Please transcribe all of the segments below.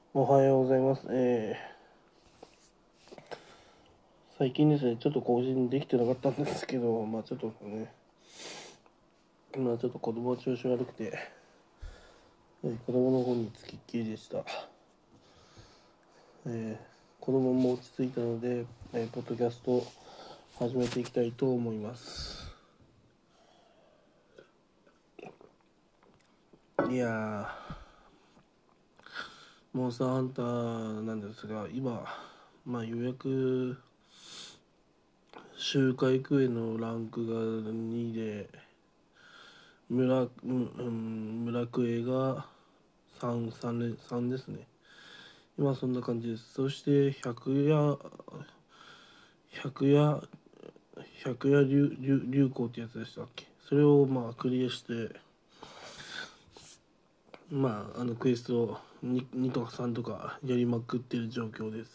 おはようございます。最近ですね、ちょっと更新できてなかったんですけど、ちょっとね、ちょっと子供の調子悪くて、子供の方につきっきりでした。子供も落ち着いたので、ポッドキャストを始めていきたいと思います。いやモンスターハンターなんですが、今、ようやく周回クエのランクが2で、村クエが3ですね。今そんな感じです。そして100夜流行ってやつでしたっけ。それをクリアして、クエストを2とか3とかやりまくってる状況です。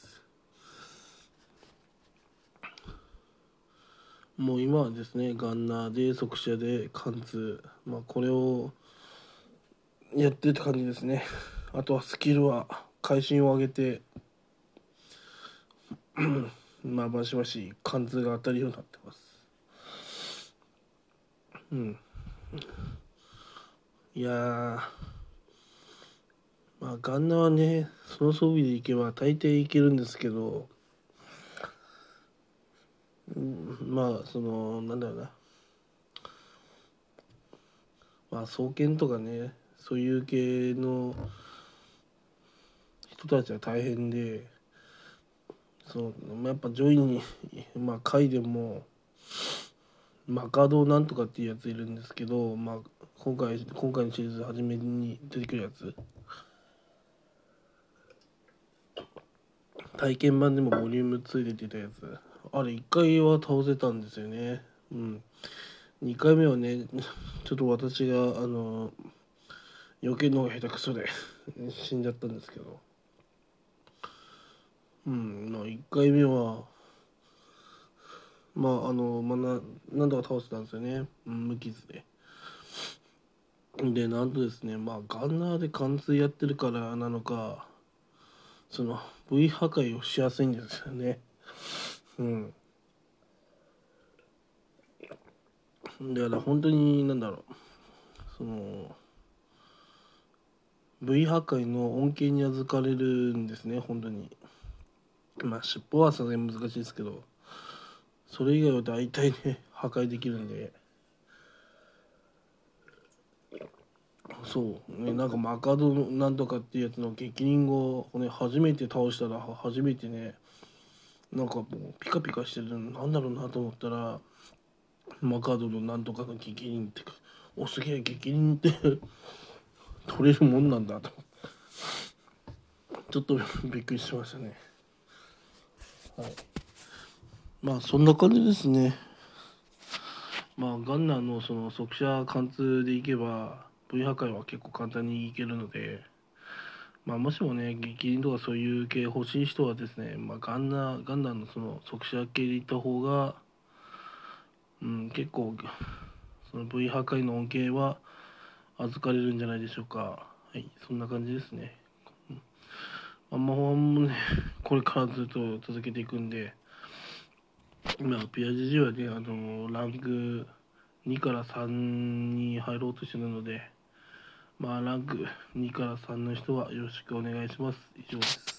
もう今はですね、ガンナーで速射で貫通、これをやってるって感じですね。あとはスキルは会心を上げて、バシバシ貫通が当たるようになってます。うん。いやガンナはね、その装備でいけば大抵いけるんですけど、なんだろうな、双剣とかね、そういう系の人たちは大変で、やっぱ上位に、回でも、マカドなんとかっていうやついるんですけど、今回のシリーズ初めに出てくるやつ、体験版でもボリューム2で出たやつ、あれ1回は倒せたんですよね。うん。2回目はね、ちょっと私が避けるのが下手くそで死んじゃったんですけど、1回目はなんとか倒せたんですよね、無傷で。でなんとですね、ガンナーで貫通やってるからなのか、その V 破壊をしやすいんですよね。うんだから本当にその V 破壊の恩恵に預かれるんですね、本当に。尻尾はさすがに難しいですけど、それ以外は大体ね破壊できるんで。そうね、マカドなんとかっていうやつの激鱗をね初めて倒したら初めてね、もうピカピカしてる、なんだろうなと思ったら、マカドのなんとかの激鱗ってか、おすげえ激鱗って取れるもんなんだと、ちょっとびっくりしましたね。はい。そんな感じですね。ガンナーのその速射貫通でいけば V 破壊は結構簡単にいけるので、もしもね激鱗とかそういう系欲しい人はですね、ガンナーのその速射系でいった方が、結構その V 破壊の恩恵は預かれるんじゃないでしょうか。はい、そんな感じですね。もね、これからずっと続けていくんで、今、ピアジジはね、ランク2から3に入ろうとしてるので、ランク2から3の人はよろしくお願いします。以上です。